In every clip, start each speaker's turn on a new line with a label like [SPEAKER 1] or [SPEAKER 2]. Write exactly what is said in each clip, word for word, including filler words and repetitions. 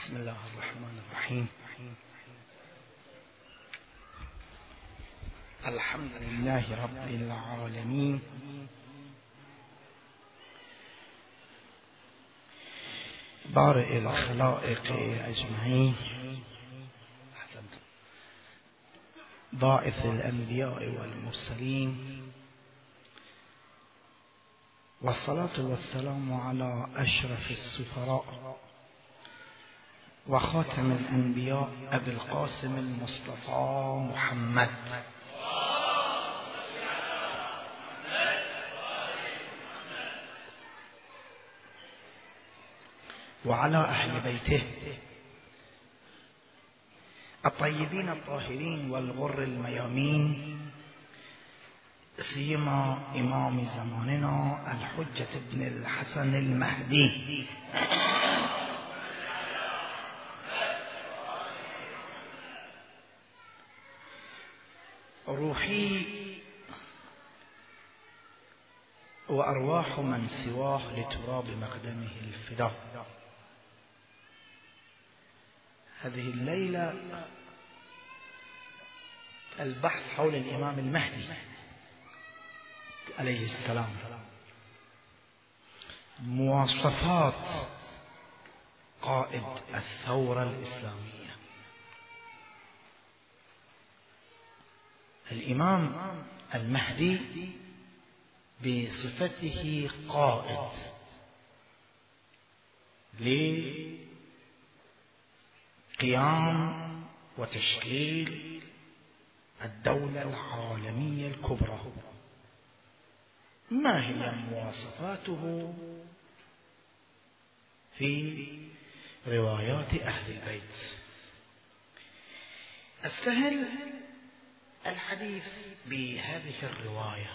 [SPEAKER 1] بسم الله الرحمن الرحيم. الحمد لله رب العالمين، بارئ الخلائق أجمعين، باعث الأنبياء والمرسلين، والصلاة والسلام على أشرف السفراء وخاتم الأنبياء أبي القاسم المصطفى محمد وعلى أهل بيته الطيبين الطاهرين والغر الميامين، سيما إمام زماننا الحجة ابن الحسن المهدي روحي وأرواح من سواه لتراب مقدمه الفداء. هذه الليلة البحث حول الإمام المهدي عليه السلام، مواصفات قائد الثورة الإسلامية. الإمام المهدي بصفته قائد لقيام وتشكيل الدولة العالمية الكبرى. ما هي مواصفاته في روايات أهل البيت؟ أستهل الحديث بهذه الرواية.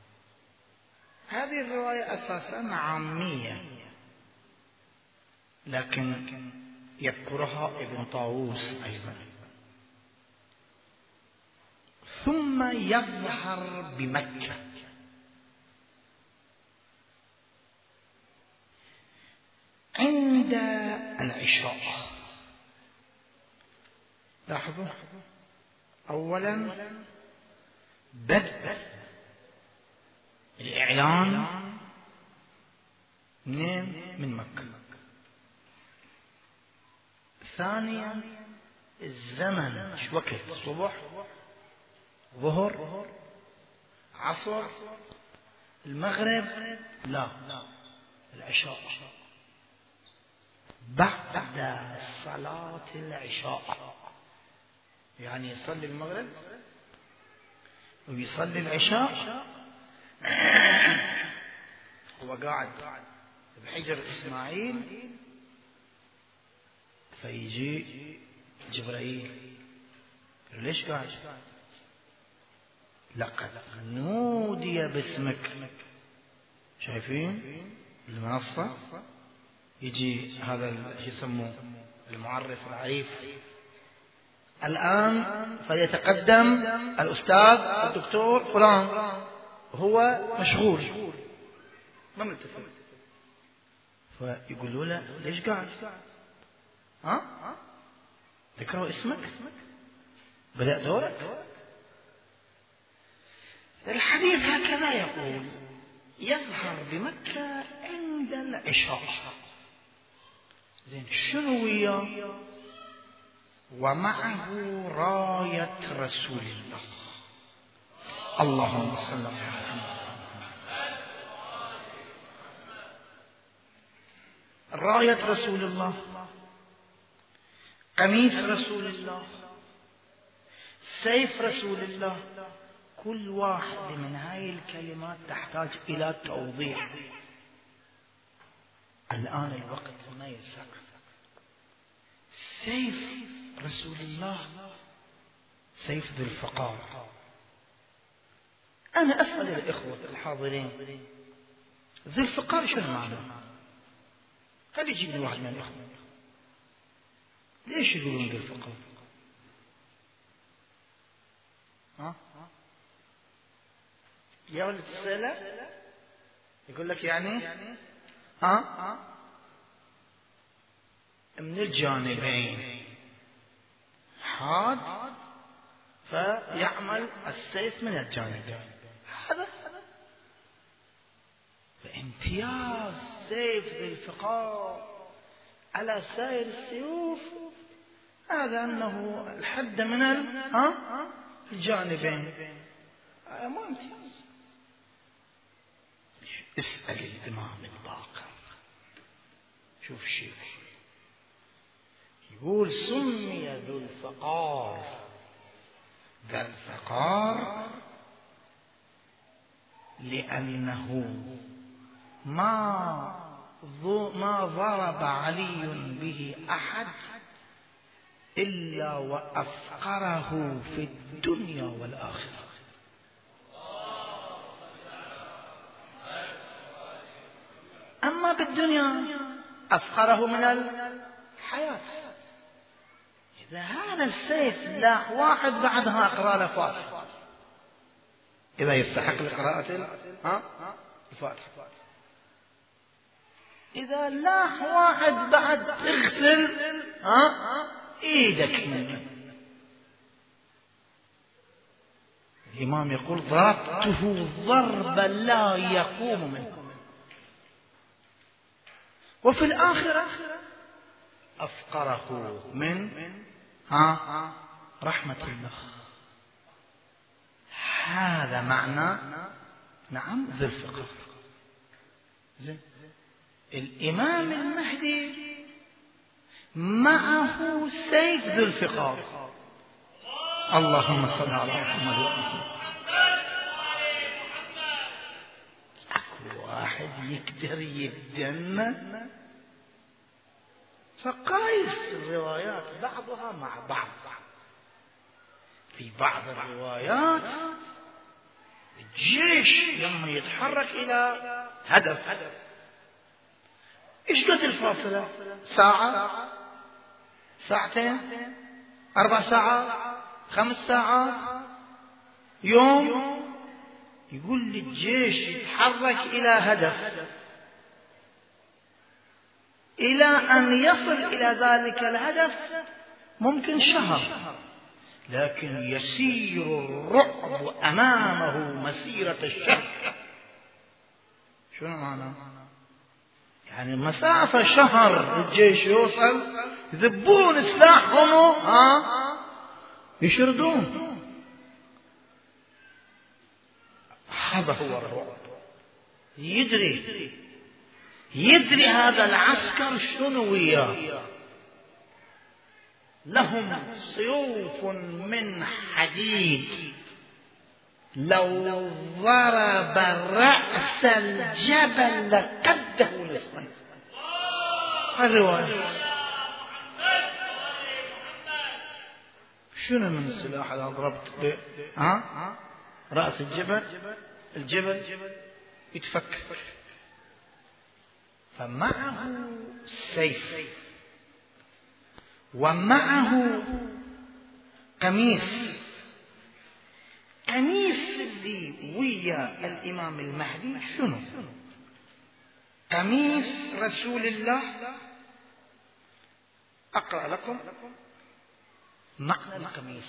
[SPEAKER 1] هذه الرواية أساسا عامية، لكن يذكرها ابن طاووس أيضا. ثم يظهر بمكة عند العشاء. لاحظوا، أولا بدء الإعلان من مكة. ثانيا الزمن، شو وقت؟ الصبح، ظهر، عصر، المغرب؟ لا، العشاء. بعد صلاة العشاء، يعني يصلي المغرب ويصلي العشاء، هو قاعد بحجر إسماعيل، فيجي جبرائيل يقول ليش قاعد؟ لقد نودي باسمك. شايفين المنصة؟ يجي هذا يسموه المعرف العريف الآن، فيتقدم الأستاذ الدكتور فلان، هو مشغول ما ملتفت، فيقولوا له ليش قاعد؟ ها؟ ذكروا اسمك، بدأ دورك. الحديث هكذا يقول: يظهر بمكة عند العشاء. زين، شنو وياه؟ ومعه راية رسول الله. اللهم صل على محمد. راية رسول الله، قميص رسول الله، سيف رسول الله. كل واحد من هاي الكلمات تحتاج إلى توضيح. الآن الوقت ما يسع. سيف رسول الله سيف ذو الفقار. أنا أسأل الإخوة الحاضرين، ذو الفقار شنو معناه؟ خلي يجيب لي واحد من الإخوة، ليش يقولون ذو الفقار؟ ها؟ يا ولد تسأله يقول لك يعني ها؟ من الجانبين حاد فيعمل السيف من الجانبين. هذا فامتياز سيف ذي الفقار على سائر السيوف هذا أنه الحد من الجانبين. هذا مو امتياز. اسأل الإمام الباقر شوف شيء يقول سمي ذو الفقار ذا الفقار لأنه ما ما ضرب علي به أحد إلا وأفقره في الدنيا والآخرة. أما بالدنيا أفقره من الحياة. إذا هذا السيف لاح واحد بعدها أقرأ له فاتحة إذا يستحق لقراءة الفاتحة. إذا لاح واحد بعد اغسل إيدك منه. الإمام يقول ضربته ضربا لا يقوم منه. وفي الآخرة أفقره من ها رحمة الله. هذا معنى نعم ذو الفقار. زين الإمام المهدي معه سيف ذو الفقار. اللهم صل على محمد وآله. واحد يقدر يدن فقايس الروايات بعضها مع بعض. في بعض الروايات الجيش لما يتحرك إلى هدف إيش قد الفاصلة؟ ساعة ساعتين أربع ساعات خمس ساعات يوم. يقول للجيش يتحرك إلى هدف إلى أن يصل إلى ذلك الهدف ممكن شهر، لكن يسير الرعب أمامه مسيرة الشهر. شنو معنى؟ يعني مسافة شهر الجيش يوصل يذبون سلاحهم ها يشردون. هذا هو الرعب. يدري يدري هذا العسكر شنو وياه. لهم سيوف من حديد لو ضرب رأس الجبل لقده نصفا. الرواية شنو من السلاح إذا ضربت ب ها رأس الجبل الجبل يتفك. فمعه سيف ومعه قميص. قميص اللي ويا الإمام المهدي شنو؟ قميص رسول الله. أقرأ لكم معنى القميص.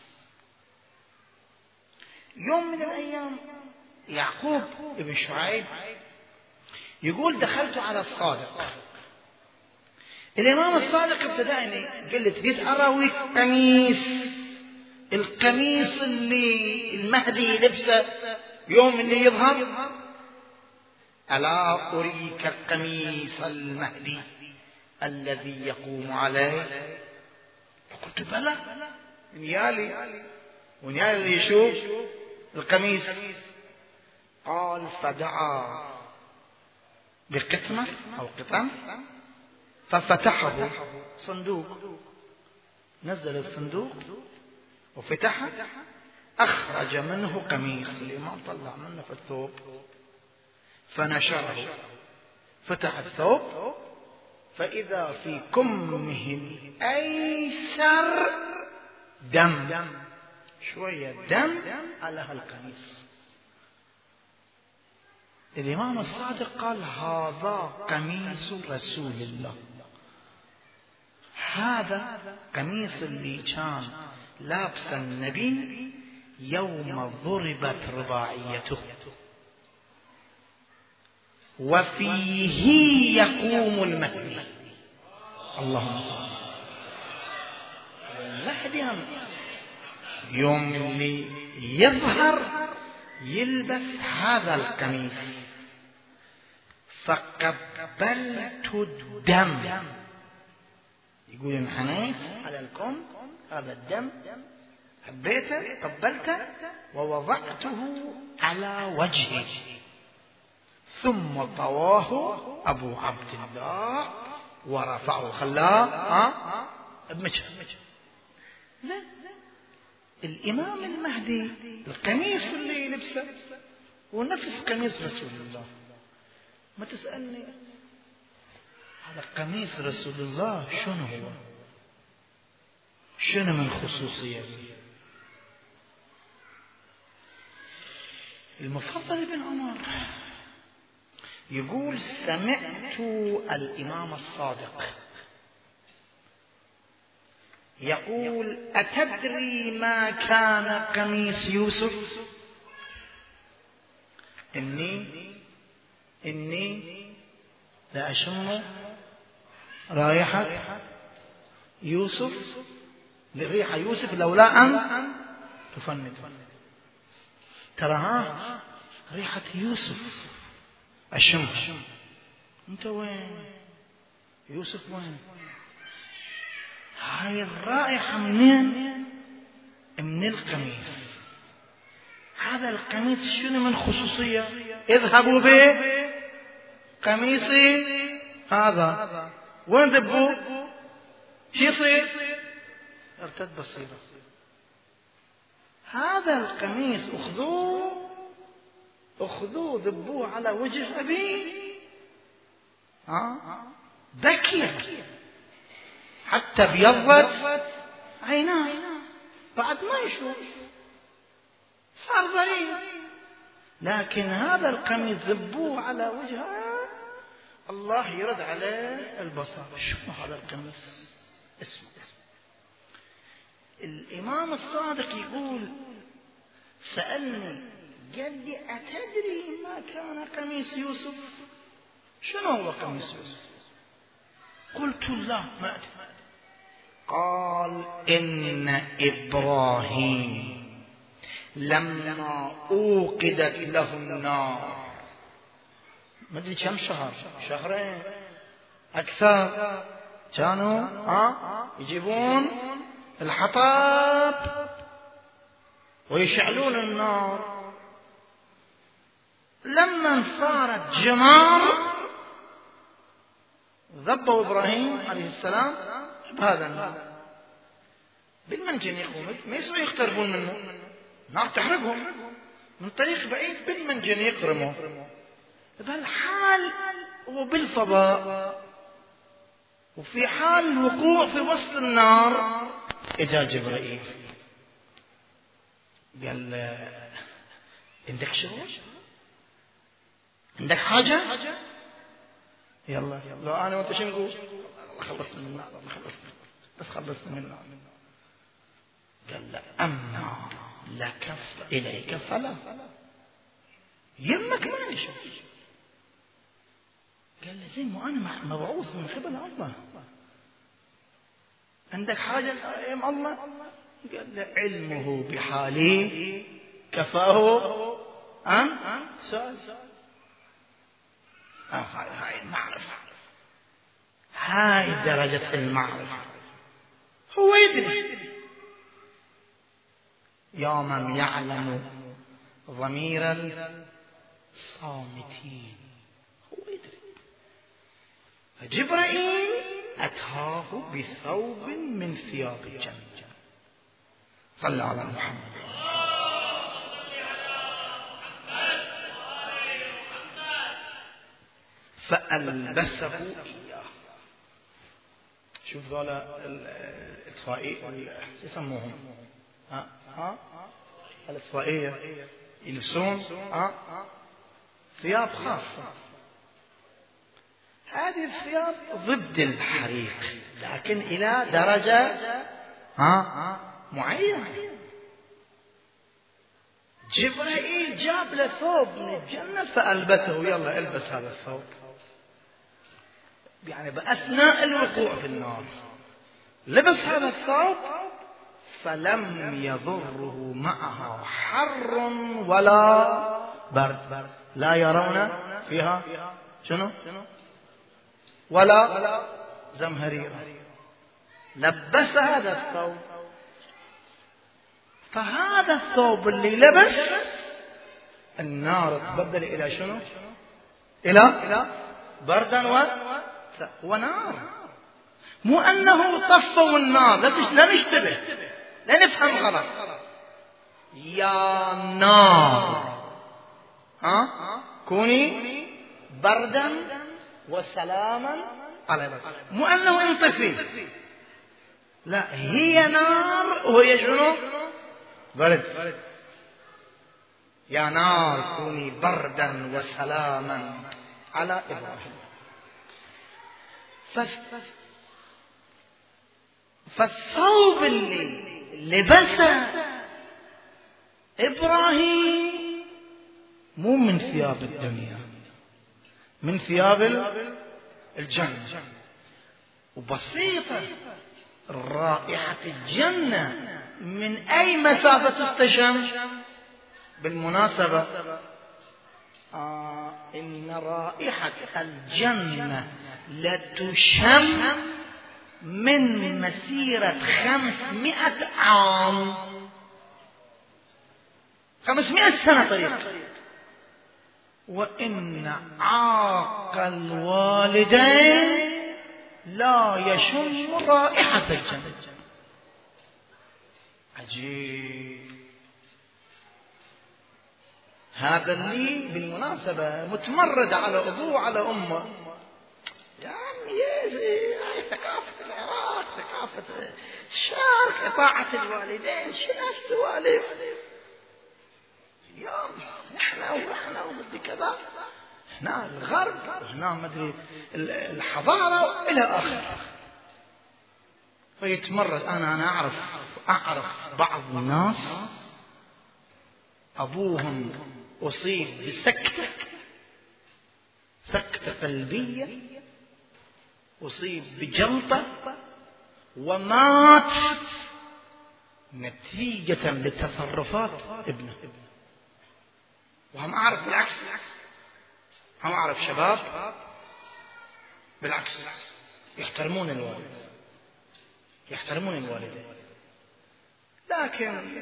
[SPEAKER 1] يوم من الأيام يعقوب ابن شعيب يقول دخلت على الصادق. الإمام الصادق ابتدأني قال لي تريد أراويك قميص القميص اللي المهدي لبسه يوم اللي يظهر. ألا أريك قميص المهدي الذي يقوم عليه؟ فقلت بلى ونيالي ونيالي اللي يشوف القميص. قال فدعا بقطمة أو قطن ففتحه صندوق. نزل الصندوق وفتحه أخرج منه قميص. الإمام طلع منه في الثوب فنشره. فتح الثوب فإذا في كمه الأيسر دم. شوية دم على هالقميص. الإمام الصادق قال هذا قميص رسول الله. هذا قميص اللي كان لابس النبي يوم ضربت رباعيته، وفيه يقوم المهدي. اللهم صل. المهدي يوم اللي يظهر يلبس هذا القميص. فقبلت الدم، يقول انحنيت على الكم، هذا الدم حبيته قبلته ووضعته على وجهي، ثم طواه أبو عبد الله ورفعه خلاه ها بمجه. لا، الإمام المهدي القميص اللي لبسه هو نفس قميص رسول الله. ما تسألني هذا قميص رسول الله شنو هو، شنو من خصوصيته. المفضل بن عمر يقول سمعت الإمام الصادق يقول أتدري ما كان قميص يوسف؟ إني إني لا أشم رائحة يوسف، لريحة يوسف لولا أن تفند. ترى ها ريحة يوسف أشمها. أنت وين يوسف؟ وين هاي الرائحة؟ منين؟ من القميص. هذا القميص شنو من خصوصية؟ اذهبوا به قميصي هذا، وين ذبوه؟ شو يصير؟ ارتد بصيرة. هذا القميص اخذوه اخذوه ذبوه على وجه أبي، ها بكي حتى بيضت عيناه، بعد ما يشوف صار ضرير. لكن هذا القميص ذبوه على وجهه، الله يرد عليه البصر. شو هذا القميص؟ اسمه الإمام الصادق يقول سألني قال لي أتدري ما كان قميص يوسف؟ شنو هو قميص يوسف؟ قلت لا ما أدري. قال إن إبراهيم لما أوقدت له النار، ما أدري كم شهر، شهرين أكثر، كانوا ها يجيبون الحطب ويشعلون النار. لما صارت جمار ذبوا إبراهيم عليه السلام بهذا النار بالمنجن، يقوم ما يسوي يقتربون منه، نار تحرقهم من طريق بعيد بالمنجن يقرموا. بهالحال هو بالفضاء وفي حال الوقوع في وسط النار اجا جبرائيل قال عندك شغل؟ عندك حاجة؟ يلا لو أنا وأنت شو نقول؟ خلصنا من النار، خلصنا بس خلصنا من النار. قال لا أما لك إليك فلا، يمك ما نشوف. قال له زين وأنا مبعوث من قبل الله، عندك حاجة يا أم الله؟ قال له علمه بحالي كفاه أن سؤال. آه هاي هاي المعرفة، هاي درجة المعرفة. هو يدري يا من يعلم ضمير الصامتين، هو يدري. فجبرائيل أتاه بثوب من ثياب الجنة. صلى على محمد. فألبسه إياه. شوف ذولا الإطفائية يسموهم ها ها الإطفائية يلبسون ها ثياب خاصة، هذه الثياب ضد الحريق لكن إلى درجة ها معينة. جبرائيل جاب له ثوب من الجنة فألبسه، يلا البس هذا الثوب، يعني بأثناء الوقوع في النار لبس هذا الثوب فلم يضره معها حر ولا برد، لا يرون فيها شنو ولا زمهريرة. لبس هذا الثوب، فهذا الثوب اللي لبس النار تبدل إلى شنو؟ إلى بردا و... ونار. مو أنه طفوا النار، لا نشتبه، لا نفهم غلط. يا نار ها كوني بردا وسلاما على برد، مو أنه انطفي، لا هي نار وهي شنو؟ برد. يا نار كوني بردا وسلاما على إبراهيم. فالثوب اللي لبسه إبراهيم مو من ثياب الدنيا، من ثياب الجنة. وبسيطة، رائحة الجنة من أي مسافة تستشم؟ بالمناسبة آه إن رائحة الجنة لتشم من مسيرة خمسمائة عام، خمسمائة سنة طريق. وإن عاق الوالدين لا يشم رائحة الجنة. عجيب. هذا اللي بالمناسبة متمرد على أبوه وعلى أمه، يا عمي هاي ثقافة العراق، ثقافة الشرق، إطاعة الوالدين، شنو السوالف اليوم؟ احنا واحنا ومدري كذا، هنا الغرب وهنا مدري الحضارة إلى آخر. فيتمرد. أنا أنا أعرف أعرف بعض الناس أبوهم أصيب بسكتة سكتة قلبية، أصيب بجلطة ومات نتيجة لتصرفات ابنه. وهم أعرف بالعكس، هم أعرف شباب بالعكس يحترمون الوالد، يحترمون الوالدين، لكن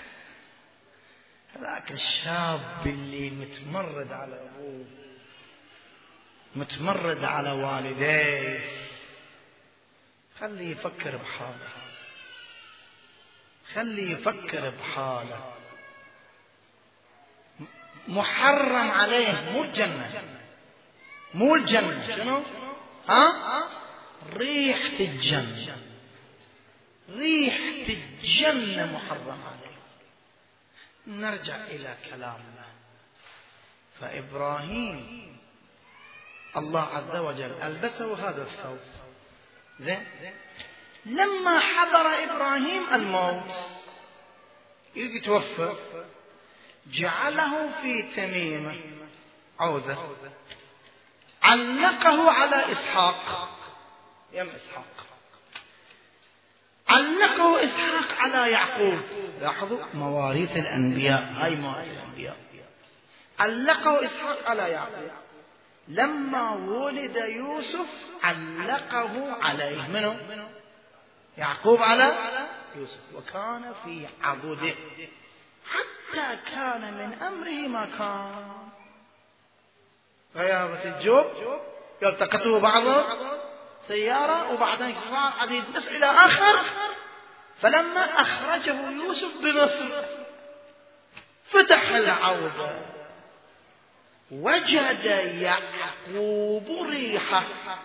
[SPEAKER 1] هذاك الشاب اللي متمرد على أبوه، متمرد على والديه، خليه يفكر بحاله، خليه يفكر بحاله. محرم عليه مو الجنة، مو الجنة، شنو؟ ها؟ ريحة الجنة، ريحة الجنة محرم عليه. نرجع إلى كلامنا. فإبراهيم الله عز وجل ألبسه هذا الثوب. زين. لما حضر إبراهيم الموت يجي يتوفى، جعله في تميمة عوذة، علقه على إسحاق، يم إسحاق، علقه إسحاق على يعقوب. لاحظوا مواريث الأنبياء، هاي مواريث الأنبياء. علقه إسحاق على يعقوب. لما ولد يوسف علقه عليه منه يعقوب على يوسف، وكان في عضده حتى كان من أمره ما كان. غيابة الجوب يلتقطه بعضه سيارة وبعدين صار عديد بس إلى آخر. فلما أخرجه يوسف بمصر فتح العودة وجد يعقوب ريحة.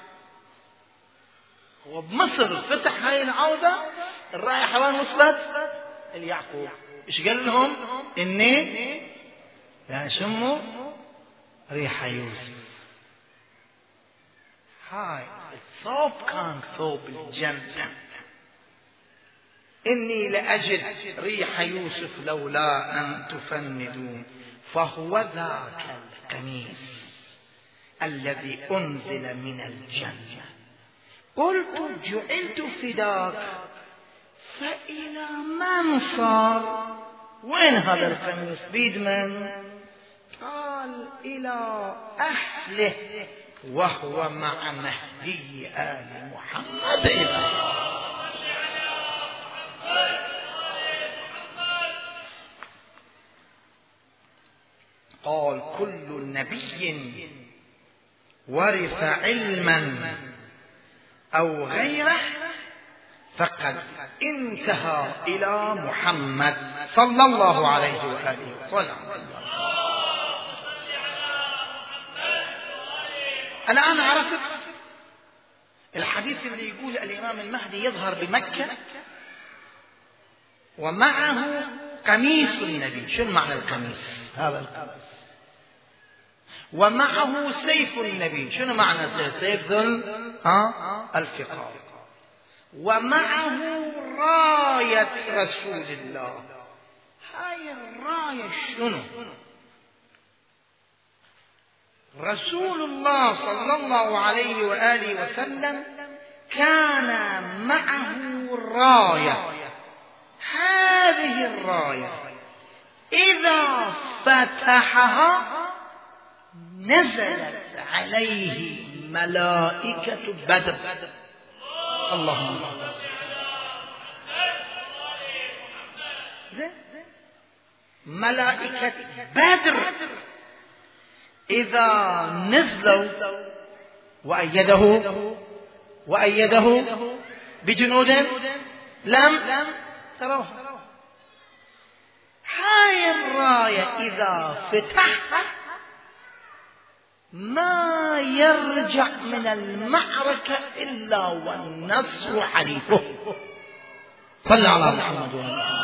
[SPEAKER 1] وبمصر فتح هاي العودة، الرائحة وين وصلت؟ اليعقوب. إيش قال لهم؟ إني لا شموا ريح يوسف. هاي الثوب كان ثوب الجنة. إني لأجد ريح يوسف لولا أن تفندون فهو ذاك القميص الذي أنزل من الجنة. قلت جعلت فداك فإلى من صار؟ وين هذا القميص بيد من؟ قال إلى أهله وهو مع مهدي آل محمد. قال كل نبي ورث علما أو غيره فقد انتهى إلى محمد صلى الله عليه وآله وسلم. الآن عرفت الحديث اللي يقول الإمام المهدي يظهر بمكة ومعه قميص النبي. شنو معنى القميص؟ هذا القميص. ومعه سيف النبي. شنو معنى سيف؟ سيف ذو الفقار. ومعه راية رسول الله. هاي الراية شنو؟ رسول الله صلى الله عليه وآله وسلم كان معه راية. هذه الراية إذا فتحها نزلت عليه ملائكة بدر. اللهم صل على محمد. ملائكة بدر إذا نزلوا وأيده وأيده بجنود لم تروها. هاي الراية إذا فتحها ما يرجع من المعركة إلا والنصر حليفه. صلى على محمد وآله.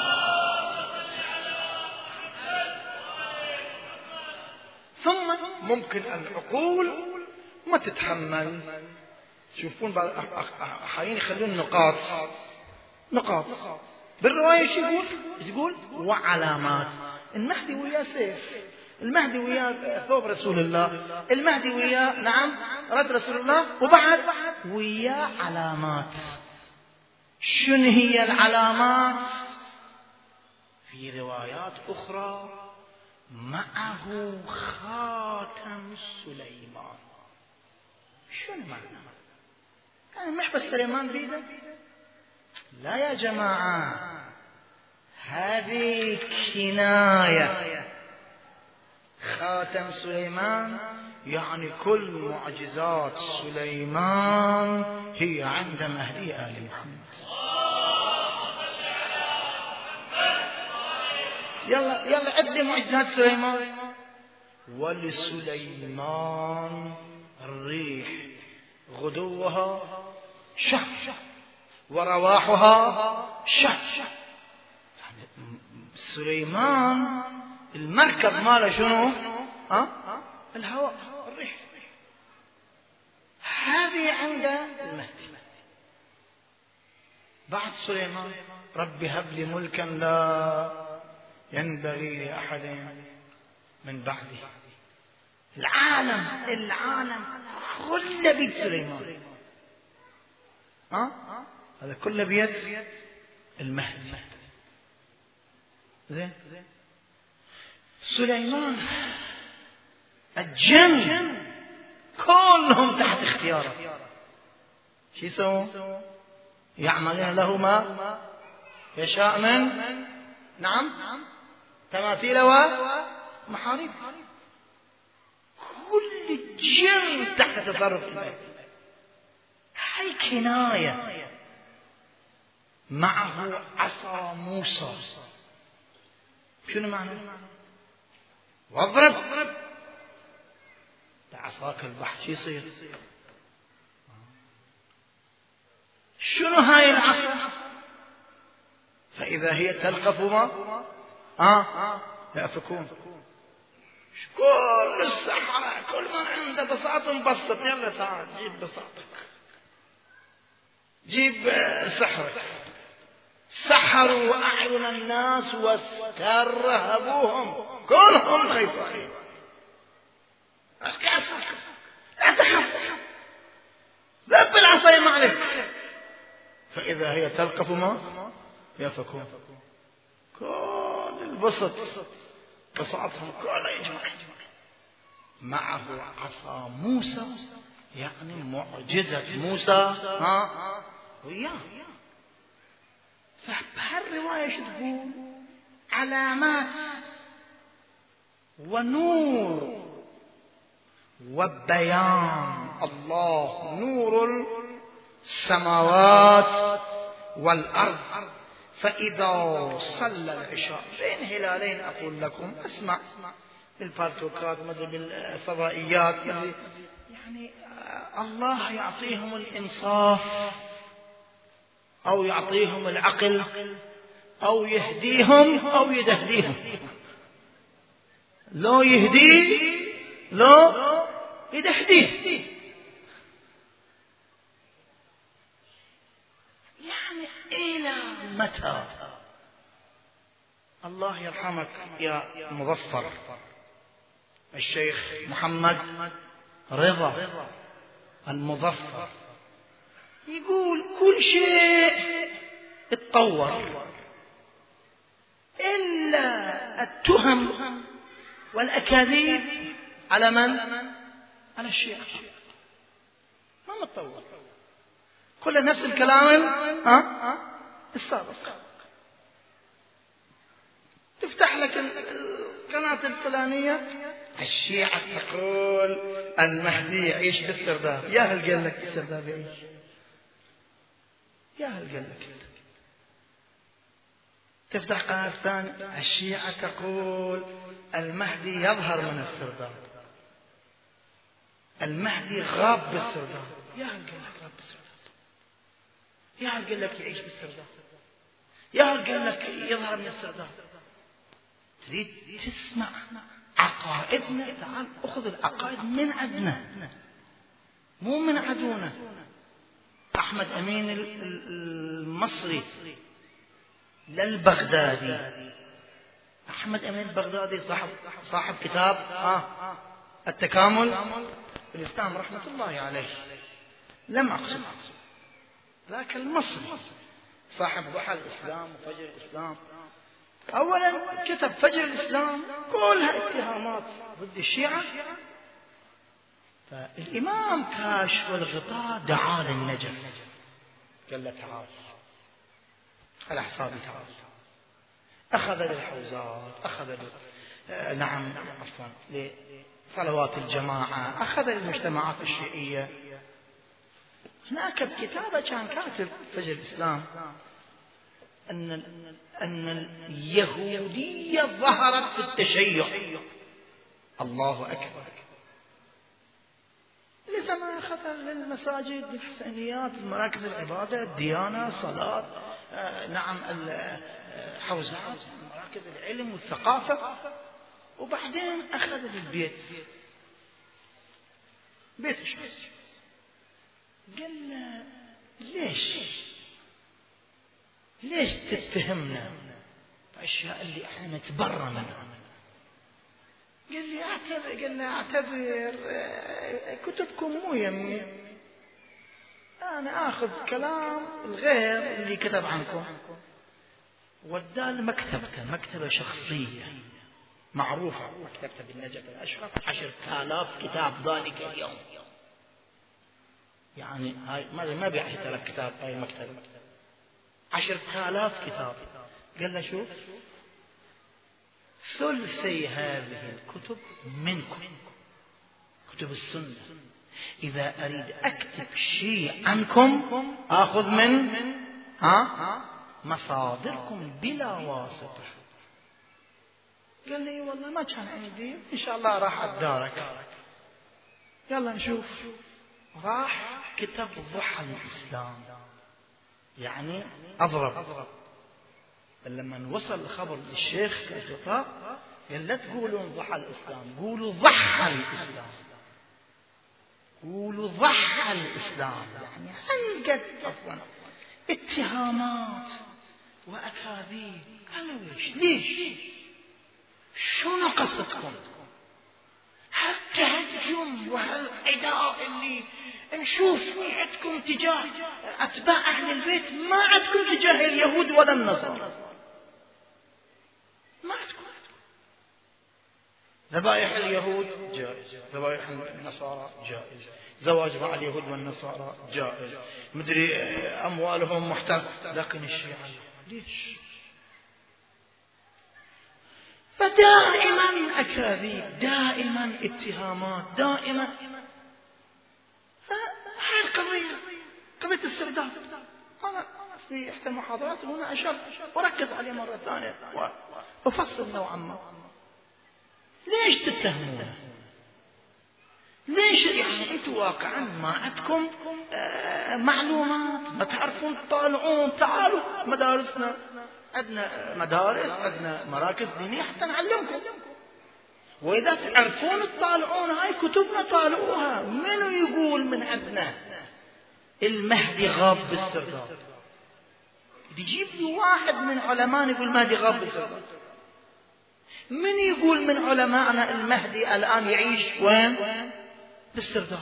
[SPEAKER 1] ثم ممكن العقول ما تتحمل. تشوفون بعض أحيان يخلون نقاط نقاط بالرواية. شو يقول؟ يقول وعلامات. المهدي وياه سيف، المهدي وياه ثوب رسول الله، المهدي وياه نعم رد رسول الله، وبعد وياه علامات. شنو هي العلامات؟ في روايات أخرى معه خاتم سليمان. شنو معنى؟ يعني مش بس سليمان بيده، لا يا جماعة، هذه كناية. خاتم سليمان يعني كل معجزات سليمان هي عند مهدي آل محمد. يلا يلا عد معجزات سليمان. ولسليمان الريح غدوها شهر ورواحها شهر. يعني سليمان المركب ماله شنو؟ ها؟ الهواء، الريح. هذه عند المهدي. بعد سليمان رب هب لي ملكا لا ينبغي لأحد من بعده. العالم العالم كله بيد سليمان. ها؟ هذا كله بيد المهدي. زين. سليمان الجن كلهم تحت اختياره. شو يسووا؟ يعملون له ما يشاء من نعم تماثيل ومحاريب. كل الجن تحت تصرف المهدي. هاي كناية. معه عصا موسى. شنو معنى؟ واضرب بعصاك البحر. شو يصير؟ شنو هاي العصا؟ فإذا هي تلقف ما آه يأفكون. كل السحرة كل من عنده بساط مبسط، يلا تعال جيب بساطك، جيب سحرك. سحروا أعين الناس واسترهبوهم، كلهم خيفين. لا تخف، ذهب بالعصا ما عليك. فإذا هي تلقف ما يفكون، كل البسط بساطهم كله يجمع. معه عصا موسى، يعني معجزة موسى ها وياه. فبهالرواية شو تقول؟ علامات ونور وبيان. الله نور السماوات والأرض. فإذا صلى العشاء بين هلالين أقول لكم أسمع بالبارتوكات مدري بالفضائيات مدري، يعني الله يعطيهم الإنصاف أو يعطيهم العقل أو يهديهم أو يدهديهم. لو يهديه لو يدهديه. يعني إلى متى؟ الله يرحمك يا مظفر الشيخ محمد رضا المظفر يقول كل شيء اتطور إلا التهم والأكاذيب على من؟ على الشيعة. ما متطور، كل نفس الكلام ها السابق. تفتح لك القناة الفلانية، الشيعة تقول المهدي يعيش بالسرداب. يا هل قال لك السرداب يعيش؟ يا هل قال لك؟ تفتح قناة ثانية، الشيعة تقول المهدي يظهر من السرداب، المهدي غاب بالسرداب. يا هل قال لك غاب بالسرداب؟ يا هل قال لك يعيش بالسرداب؟ يا هل قال لك يظهر من السرداب؟ تريد تسمع عقائدنا؟ تعال أخذ العقائد من عندنا مو من عدونا. أحمد أمين المصري للبغدادي، أحمد أمين البغدادي صاحب صاحب كتاب آه التكامل في الإسلام رحمة الله عليه. لم أقصد ذاك المصري صاحب ضحى الإسلام وفجر الإسلام. أولا كتب فجر الإسلام كلها اتهامات ضد الشيعة. فالإمام كاشف والغطاء دعا للنجف، قال له تعال على حسابي تعال. أخذ للحوزات، أخذ ل... آه نعم عفوا لصلوات الجماعة، أخذ للمجتمعات الشيعية. هناك بكتابة كان كاتب فجر الإسلام أن أن اليهودية ظهرت في التشيع. الله أكبر. لذا ما أخذ للمساجد الحسينيات المراكز العبادة الديانة الصلاة آه نعم الحوزات مراكز العلم والثقافة. وبعدين أخذ للبيت بيت الشمس. قال له ليش ليش تتهمنا بأشياء اللي احنا نتبرى منها؟ قال لي اعتذر قال له اعتذر كتبكم مو يمي، انا اخذ كلام الغير اللي كتب عنكم. وداه مكتبته، مكتبة شخصية معروفة، مكتبته بالنجف الأشرف، عشرة آلاف كتاب ذلك اليوم. يعني هاي ما بيع عشرة آلاف كتاب هاي المكتبة، عشرة آلاف كتاب. قال له شوف ثلثي هذه الكتب منكم، كتب السنة. إذا أريد أكتب شيء عنكم آخذ من ها مصادركم بلا واسطة. قال لي والله ما كان عندي، إن شاء الله راح أدارك. يلا نشوف. راح كتب ضحى الإسلام، يعني أضرب. لما وصل الخبر للشيخ الغطاء قال لا تقولون ضحى الإسلام، قولوا ضحى الإسلام، قولوا ضحى الإسلام. يعني هالقد عفوا اتهامات وأكاذيب. أنا ليش ليش شنو قصدكم؟ هالتهجم وهالعداء اللي نشوف عندكم تجاه أتباع أهل البيت، ما عندكم تجاه اليهود ولا النصارى، ما عندكم. ذبائح اليهود جائز، ذبائح النصارى جائز، زواج مع اليهود والنصارى جائز، مدري أموالهم محتل، لكن الشيعة ليش؟ فدائما أكاذيب، دائما اتهامات، دائما. فهاي القضية قضية السرداب. أنا في إحدى المحاضرات هنا أشرت وركز عليه مرة ثانية وأفصل نوعا ما. ليش تتهمونه؟ ليش يعني أنتم واقعا ما عندكم آه معلومات، ما تعرفون تطالعون؟ تعالوا مدارسنا، عندنا مدارس، عندنا مراكز دينية حتى نعلمكم. وإذا تعرفون تطالعون هاي كتبنا طالعوها. منو يقول من عندنا المهدي غاب بالسرداب؟ يجيب لي واحد من علماء يقول المهدي غاب بالسرداب. من يقول من علماءنا المهدي الآن يعيش وين؟ بالسرداب.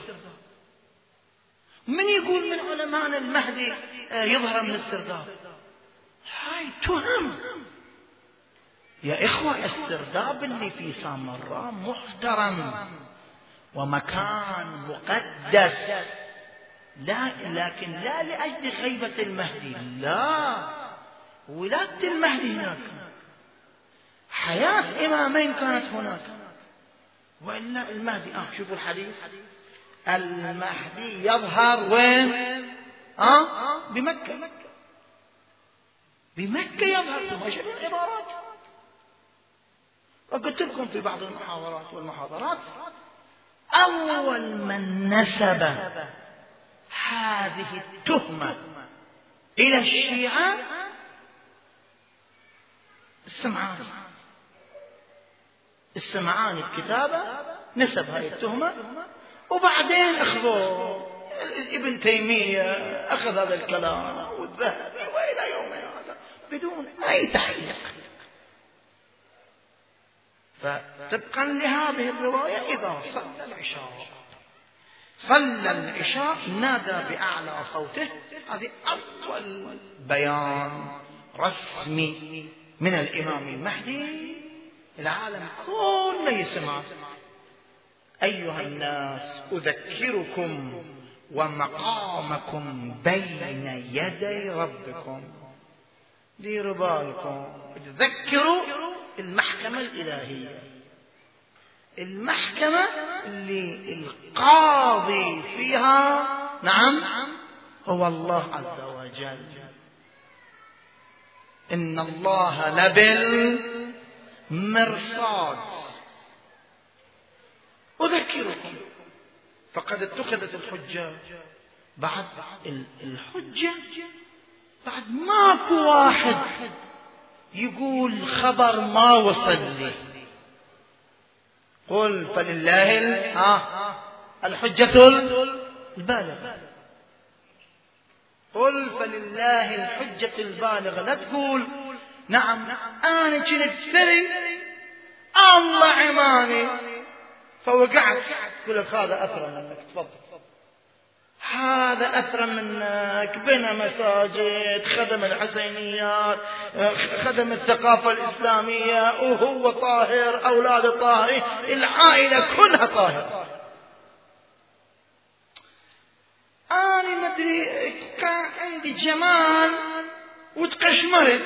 [SPEAKER 1] من يقول من علماءنا المهدي يظهر من السرداب؟ هاي تهم يا إخوة. السرداب اللي في سامراء محترم ومكان مقدس، لا لكن لا لأجل غيبة المهدي، لا، ولادة المهدي هناك، حياة إمامين كانت هناك، وإلا المهدي آه شوفوا الحديث، المهدي يظهر وين؟ آه بمكة، بمكة يظهر. ثم شوفوا العبارات، وقلت لكم في بعض المحاضرات والمحاضرات أول من نسب هذه التهمة إلى الشيعة السمعاني. السمعاني بكتابه نسب هذه التهمة، وبعدين أخذوا ابن تيمية أخذ هذا الكلام والذهبي وإلى يومنا هذا بدون أي تحقيق. فطبقا لهذه الرواية إذا صلى العشاء صلى العشاء نادى بأعلى صوته. هذه أول بيان رسمي من الإمام المهدي، العالم كله يسمع: أيها الناس أذكركم ومقامكم بين يدي ربكم. ديروا بالكم، تذكروا المحكمة الإلهية، المحكمة اللي القاضي فيها نعم هو الله عز وجل. إن الله لبالمرصاد. أذكركم، فقد اتخذت الحجة. بعد الحجة بعد ماكو واحد يقول خبر ما وصل لي. قل فلله الحجة البالغة. قل فلله الحجة البالغة. لا تقول نعم أنا كنت ثري الله عماني فوقعت، تقول لك هذا أثرى منك، تفضل هذا أثرى منك، بنى مساجد، خدم الحسينيات، خدم الثقافة الإسلامية، وهو طاهر، أولاده طاهرين، العائلة كلها طاهرة. أنا مدري كان عندي جمال وتقشمرت،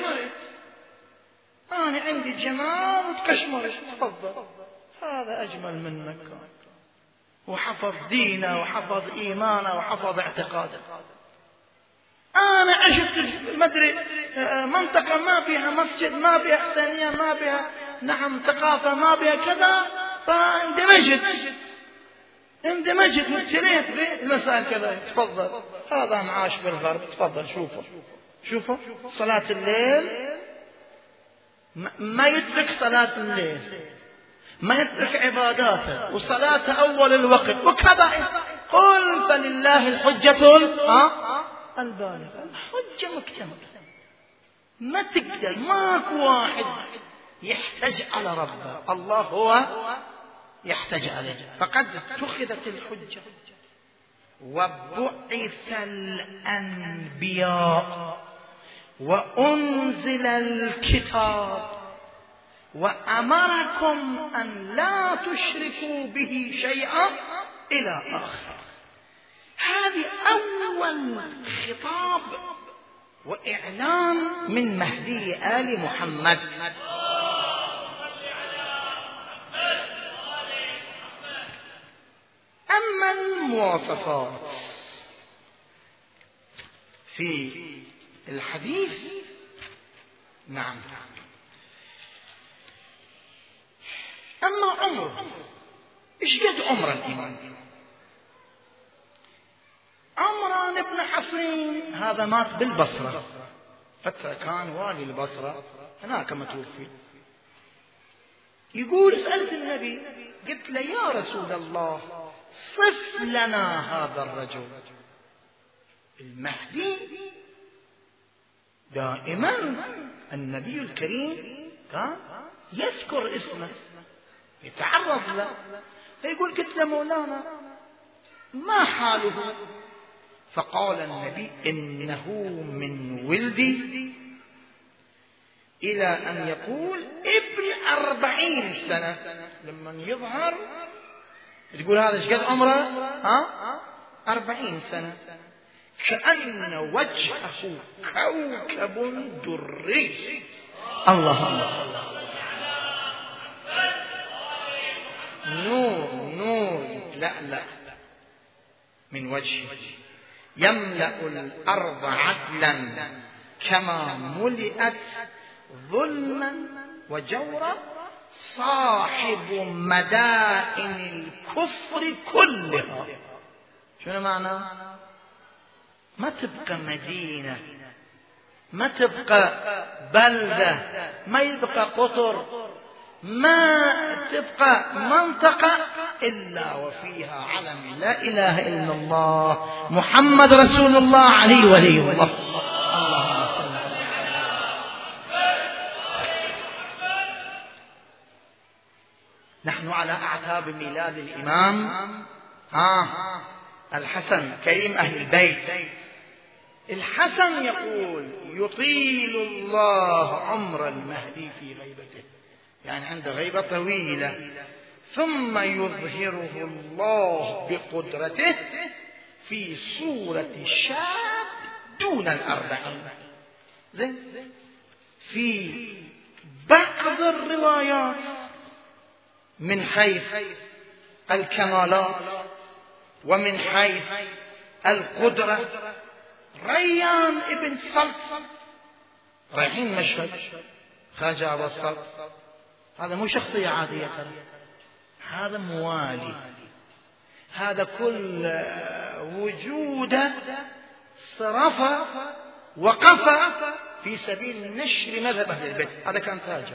[SPEAKER 1] أنا عندي جمال وتقشمرت، تفضل هذا أجمل منك، وحفظ دينه وحفظ إيمانه وحفظ اعتقاده. أنا عشت مدري منطقة ما فيها مسجد، ما فيها حسينية، ما فيها نعم ثقافة، ما فيها كذا، فاندمجت اندمجت وابتليت بالمسائل كذا. تفضل هذا معاش بالغرب، تفضل شوفوا شوفوا صلاة الليل ما يترك صلاة الليل، ما يترك عباداته وصلاته أول الوقت وكبائر، قل فلله الحجة البالغة. الحجة مكتملة، ما تقدر، ماكو واحد يحتج على ربه، الله هو يحتج عليه. فقد اتخذت الحجة وبعث الأنبياء وأنزل الكتاب وأمركم أن لا تشركوا به شيئا إلى آخر. هذه أول خطاب وإعلان من مهدي آل محمد. أما المواصفات في الحديث، نعم، أما عمره، إيش قد عمر الإمام؟ عمران بن حصين هذا مات بالبصرة، فترة كان والي البصرة، هناك متوفي. يقول سألت النبي قلت له يا رسول الله صف لنا هذا الرجل. المهدي دائما النبي الكريم كان يذكر اسمه يتعرض له، فيقول قلت له مولانا ما حاله؟ فقال النبي إنه من ولدي إلى أن يقول ابن أربعين سنة. لما يظهر تقول هذا ايش قد عمره؟ ها أربعين سنة، كأن وجهه كوكب دري. اللهم صل نور نور لا لا من وجهه يملأ الأرض عدلا كما ملئت ظلما وجورا، صاحب مدائن الكفر كلها. شنو معنى؟ ما تبقى مدينة، ما تبقى بلدة، ما يبقى قطر، ما تبقى منطقة إلا وفيها علم لا إله إلا الله محمد رسول الله عليه ولي الله. اللهم صل على نحن على أعتاب ميلاد الإمام ها الحسن كريم أهل البيت. الحسن يقول يطيل الله عمر المهدي في غيبته، يعني عنده غيبة طويلة، ثم يظهره الله بقدرته في صورة شاب دون الأربعين. زين. في بعض الروايات من حيث الكمالات ومن حيث القدرة، ريان ابن سلط رايحين مشهد خواجة أبو السلط، هذا مو شخصية عادية، هذا موالي، هذا كل وجوده صرف وقف في سبيل نشر مذهب أهل البيت. هذا كان تاجر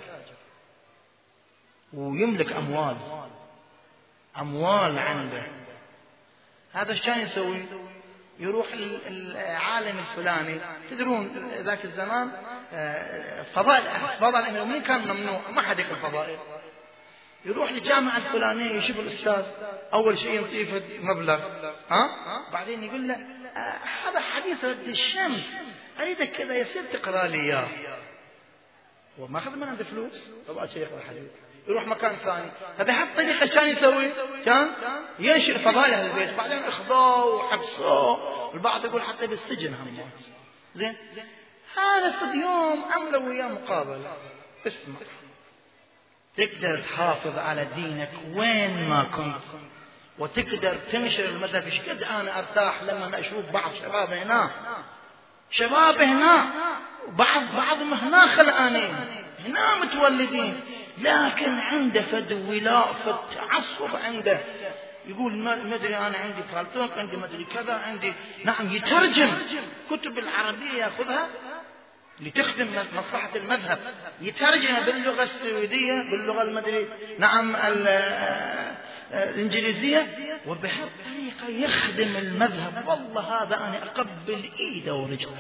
[SPEAKER 1] ويملك أموال أموال عنده. هذا ايش كان يسوي؟ يروح العالم الفلاني، تدرون ذاك الزمان فضائل فضائل الأمير كان ممنوع، ما حد يقرأ فضائل. يروح للجامعة الفلانية يشوف الأستاذ، أول شيء يعطيه مبلغ، ها بعدين يقول له هذا حديث رد الشمس أريدك كذا يصير تقرأ لي إياه. وما أخذ من عنده فلوس، طبعا شيء يقرأ الحديث. يروح مكان ثاني، هذا هالطريقة كان يسوي، كان ينشر فضائل أهل البيت، بعدين اخذوه وحبسوه، البعض يقول حتى بالسجن هم. زين. هذا في يوم عملوا وياه مقابلة. اسمع، تقدر تحافظ على دينك وين ما كنت، وتقدر تنشر المذهب. ايش قد انا ارتاح لما اشوف بعض شباب هنا، شباب هنا، بعض بعضهم هنا خلقانين، هنا متولدين، لكن عنده فد ولاء، فد تعصب عنده. يقول ما ادري انا عندي فالتوك، عندي ما ادري كذا، عندي نعم. يترجم كتب العربية ياخذها لتخدم مصلحة المذهب، يترجم باللغة السويدية، باللغة المدريد نعم الإنجليزية، وبهالطريقة يخدم المذهب. والله هذا أنا أقبل إيده ورجله،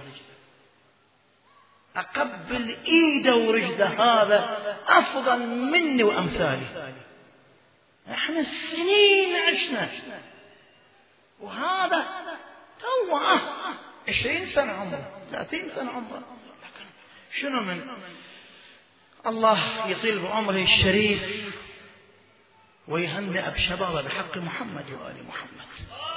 [SPEAKER 1] أقبل إيده ورجله، هذا أفضل مني وأمثالي. احنا السنين عشنا، وهذا توه عشرين سنة عمره، ثلاثين سنة عمره، لكن شنو من الله يطيل بعمره الشريف ويهنئ بشبابه بحق محمد وآل محمد.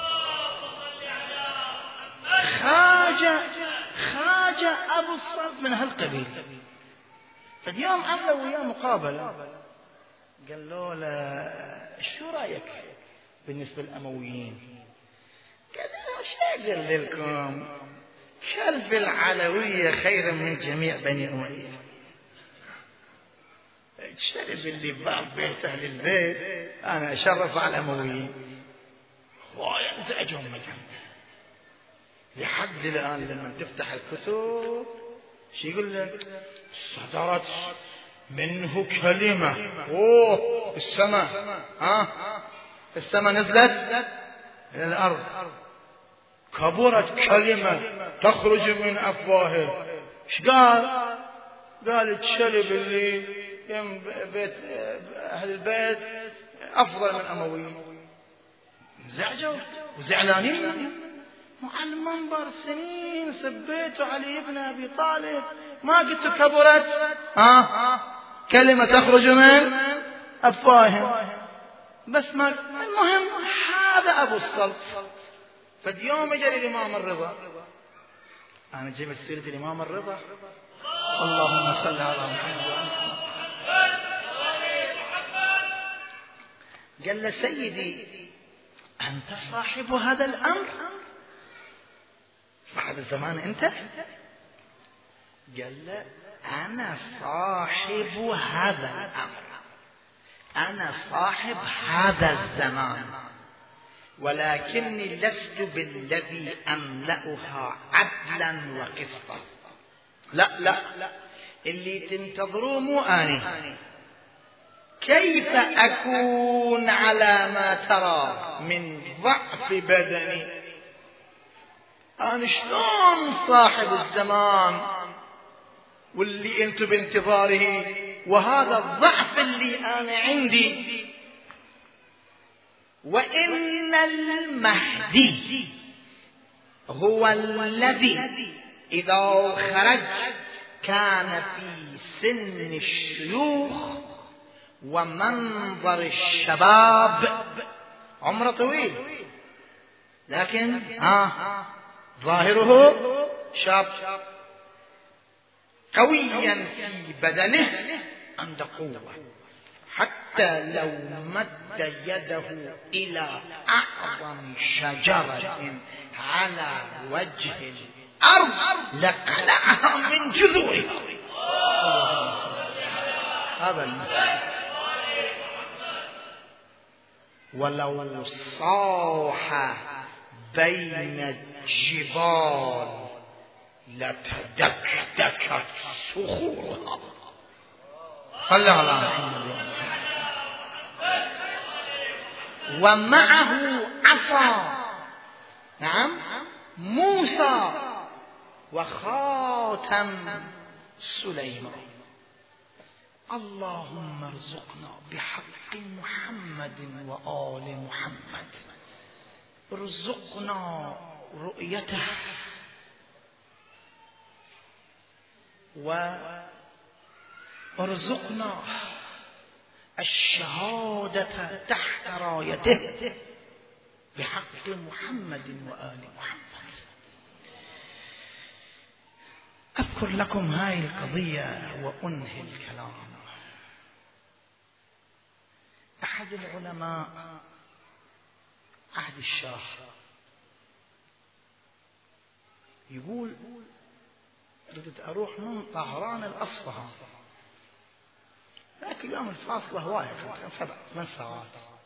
[SPEAKER 1] خاجة خاجة أبو الصلت من هالقبيل. فاليوم عملوا وياه مقابلة، قال له لا شو رأيك بالنسبة للأمويين؟ قال له شو أقول لكم، كلب العلوية خير من جميع بني أمية. الشرب اللي باب بيت أهل البيت أنا أشرف على الأمويين، وينزعجهم مكان. لحد الآن لما تفتح الكتب شو يقول لك؟ صدرت منه كلمة، أوه السماء، ها السماء نزلت إلى الأرض، كبرت كلمة تخرج من أفواهه. إيش قال؟ قال الشلب اللي يم بيت أهل البيت أفضل من أمويين. زعجوا وزعلانين، وعلى المنبر سنين سبيتوا علي ابن أبي طالب، ما قلت كبرت ها كلمة تخرج من أفواههم، بس ما المهم هذا أبو الصلت. فاليوم اجى الإمام الرضا، أنا جبت سيرة الإمام الرضا، اللهم صل على محمد. قال له سيدي أنت صاحب هذا الأمر، صاحب الزمان أنت؟ قال له أنا صاحب هذا الأمر، أنا صاحب هذا الزمان، ولكني لست بالذي أملأها عدلا وقسطا. لا لا اللي تنتظروه مو أنا. كيف أكون على ما ترى من ضعف بدني؟ أنا شلون صاحب الزمان واللي أنتم بانتظاره، وهذا الضعف اللي أنا عندي. وإن المهدي هو الذي إذا خرج كان في سن الشيوخ ومنظر الشباب، عمره طويل لكن ها ظاهره شاب، قويا في بدنه عنده قوة، حتى لو مد يده إلى أعظم شجرة على وجه الأرض لقلعها من جذورها. هذا المثال. ولو صاح بين الجبال لتدكدكت صخورها. صلى على محمد. ومعه عصا، نعم موسى، وخاتم سليمان. اللهم ارزقنا بحق محمد وآل محمد، ارزقنا رؤيته وارزقنا الشهادة تحت رايته بحق محمد وآل محمد. أذكر لكم هاي القضية وأنهي الكلام. أحد العلماء عهد الشاه يقول ردت أروح من طهران الأصفهان، ذاك اليوم الفاصلة واحد سبع ثمان ساعات،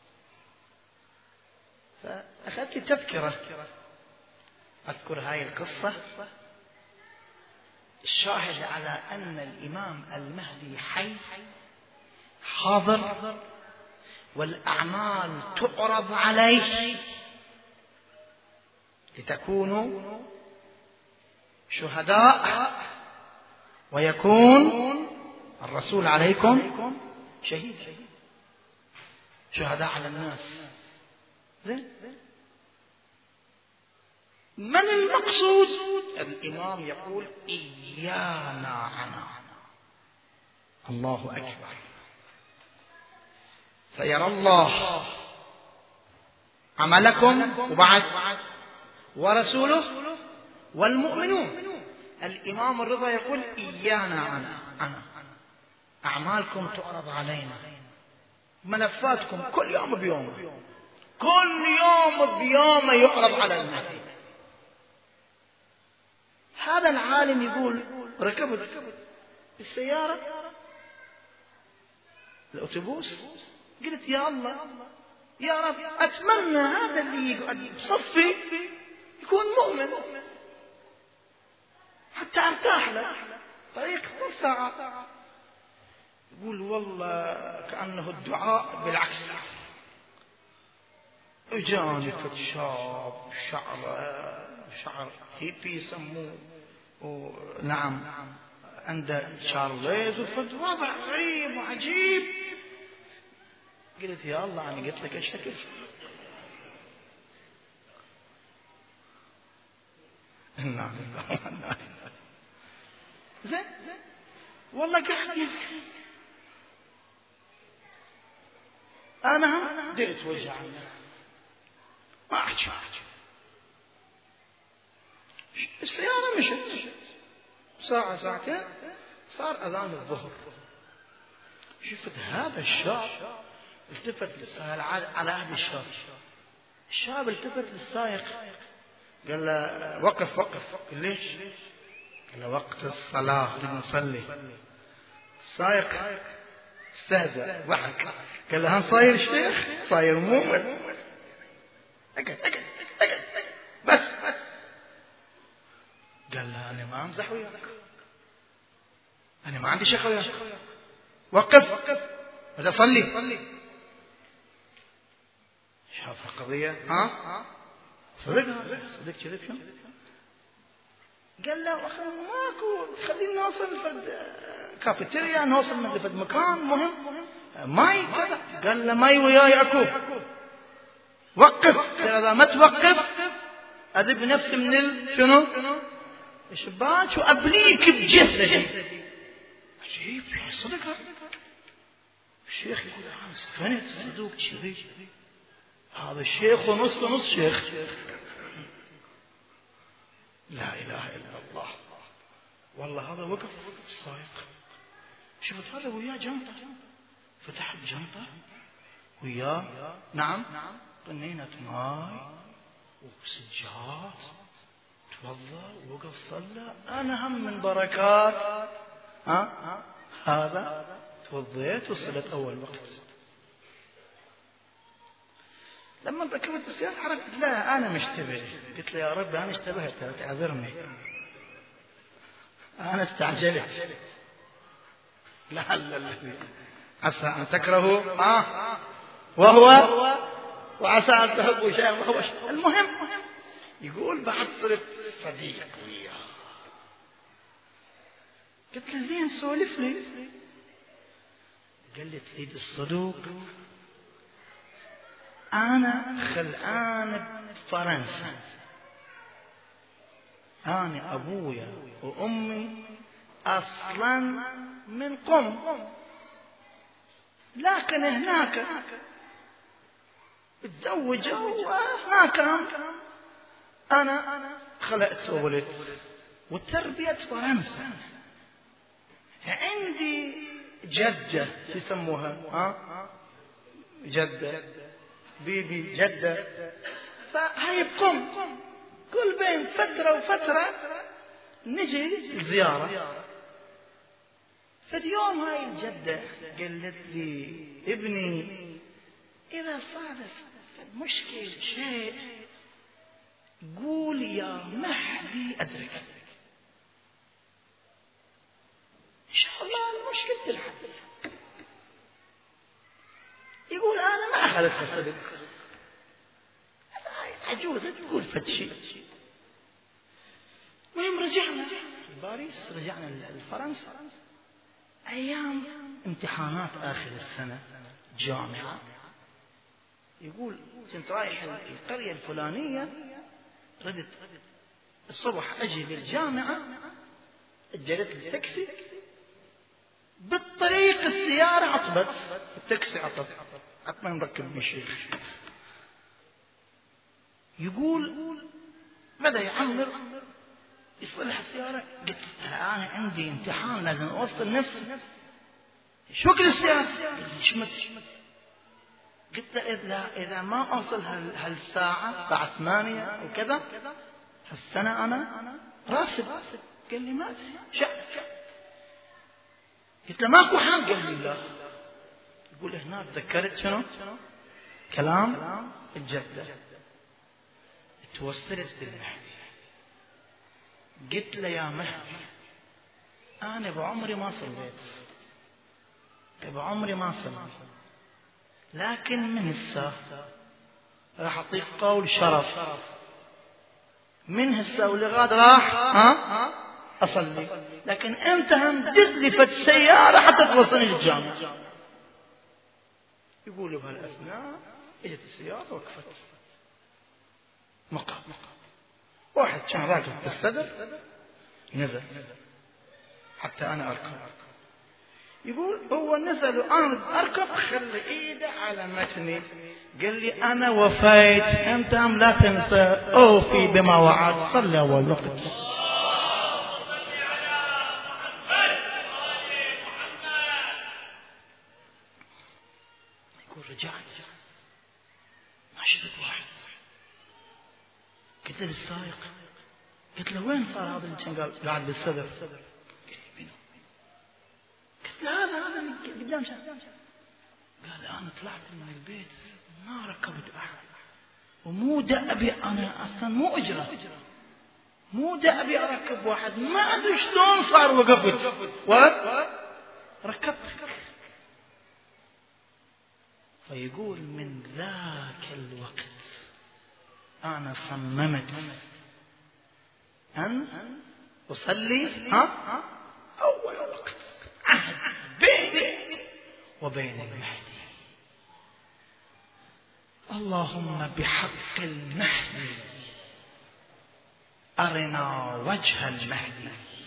[SPEAKER 1] فأخذت تذكرة أذكر هاي القصة. الشاهد على أن الإمام المهدي حي حاضر، والأعمال تعرض عليه لتكونوا شهداء ويكون الرسول عليكم شهيد، شهداء على الناس. زين، من المقصود؟ الإمام يقول إيانا عنا. الله أكبر. سيرى الله عملكم وبعد ورسوله والمؤمنون. الإمام الرضا يقول إيانا عنا، عنا. أعمالكم تعرض علينا، ملفاتكم كل يوم بيوم، كل يوم بيوم يعرض على المهدي. هذا العالم يقول ركبت السيارة الأوتوبوس، قلت يا الله يا رب أتمنى هذا اللي يقعد بصفي يكون مؤمن حتى ارتاح له طريق نص ساعة. يقول والله كأنه الدعاء بالعكس. اجاني فد شاب شعره شعر هيبي يسموه، نعم عنده شارليز وفد وضع غريب وعجيب. قلت يا الله أنا قلت لك الشكل. نعم زين والله قاعد أنا هم درت وجعني ما أحكي. السيارة مشت ساعة ساعتين صار أذان الظهر. شفت هذا الشاب التفت للسائق على أهل الشاب. الشاب التفت للسائق قال له وقف وقف. قال ليش؟ قال له وقت الصلاة نصلي. السائق استهزأ ضحك قال له هل صاير شيخ؟ صاير مؤمن. اقعد اقعد اقعد بس بس. قال له أنا ما أمزح وياك، أنا ما عندي شيخ وياك، وقف وقف بدي أصلي. شاف القضية ها صدقها صدق كذب شنو؟ قال له ماكو خلينا نوصل فد كافيتيريا، نوصل من فد مكان مهم ماي كذا. قال له ماي وياي اكو، وقف. إذا ما توقف أدب نفسي من ال شنو الشباك وأبليك بجسدي. عجيب صدقها. الشيخ يقول أنا سكنت صدوق كذي. هذا الشيخ ونص نص شيخ. لا إله إلا الله. والله هذا وقف وقف السائق. شفت هذا وياه جنطة، فتح الجنطة وياه نعم قنينة ماي وسجاد، توضأ ووقف صلى. أنا هم من بركات ها هذا توضيت وصلت أول وقت. لما ركبت السيارة حركت لا أنا مشتبه. قلت له يا رب أنا اشتبهت تعذرني، أنا استعجلت. لعل الذي عسى أن تكرهوا آه وهو وعسى أن تحبوا شيئا وهو شيء. المهم يقول بعد صرت صديق وياه. قلت له زين سولف لي. قال لي تريد الصدوق؟ أنا خلعان بفرنسا، أنا أبويا وأمي أصلا من قم، لكن هناك تزوجوا وهناك أنا خلقت وولدت وتربية فرنسا. عندي جدة يسموها ها جدة بيبي جدة، فهي بقم كل بين فترة وفترة نجي زيارة. فدي يوم هاي الجدة قالت لي ابني إذا صارت مشكلة شيء قول يا مهدي أدرك. إن شاء الله المشكلة تنحل. يقول أنا ما أخذت صدق، عجوز تقول فد شيء. المهم رجعنا باريس، رجعنا لفرنسا. أيام امتحانات آخر السنة جامعة، يقول كنت رايح القرية الفلانية، ردت الصبح أجي بالجامعة، اجلت التاكسي، بالطريق السيارة عطبت، التاكسي عطب، عطنا نركب بالشيخ. يقول بدأ يعمر يصلح السيارة. قلت أنا عندي امتحان لازم أوصل نفسي، شو كل السيارة؟ قال لي شمت. قلت له إذا إذا ما أوصل هالساعة الساعة ثمانية وكذا هالسنة أنا راسب. قال لي ما أدري شأك. قلت له ماكو حال؟ قال لي لا. يقول هنا تذكرت شنو كلام الجدة. توصلت بالمهدي، قلت له يا مهدي أنا بعمري ما صليت، بعمري ما صليت، لكن من هسه راح أعطيك قول شرف، من هسه ولغاد راح ها أصلي، لكن أنت هم دز لي فد سيارة حتى توصلني للجامع. يقول بهالأثناء اجت السيارة وقفت مقام، واحد كان راكب بالصدر نزل حتى أنا أركب. يقول هو نزل وأنا أركب، خلي إيده على متني، قال لي أنا وفيت، أنت هم لا تنسى أوفي بما وعد، صلي أول وقت. يقول رجعت ما شفت واحد. قلت للسائق، قلت له وين صار هذا اللي كان قال قاعد بالصدر؟ قلت له هذا هذا قدام شاف. قال أنا طلعت من البيت ما ركبت أحد، ومو دأبي أنا أصلا مو أجرة، مو دأبي أركب واحد، ما أدري شلون صار وقفت وركبت. فيقول من ذاك الوقت أنا صممت أن أصلي ها أول وقت، عهد بيني وبين المهدي. اللهم بحق المهدي أرنا وجه المهدي،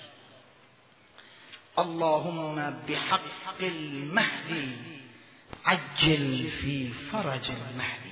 [SPEAKER 1] اللهم بحق المهدي عجل في فرج المهدي.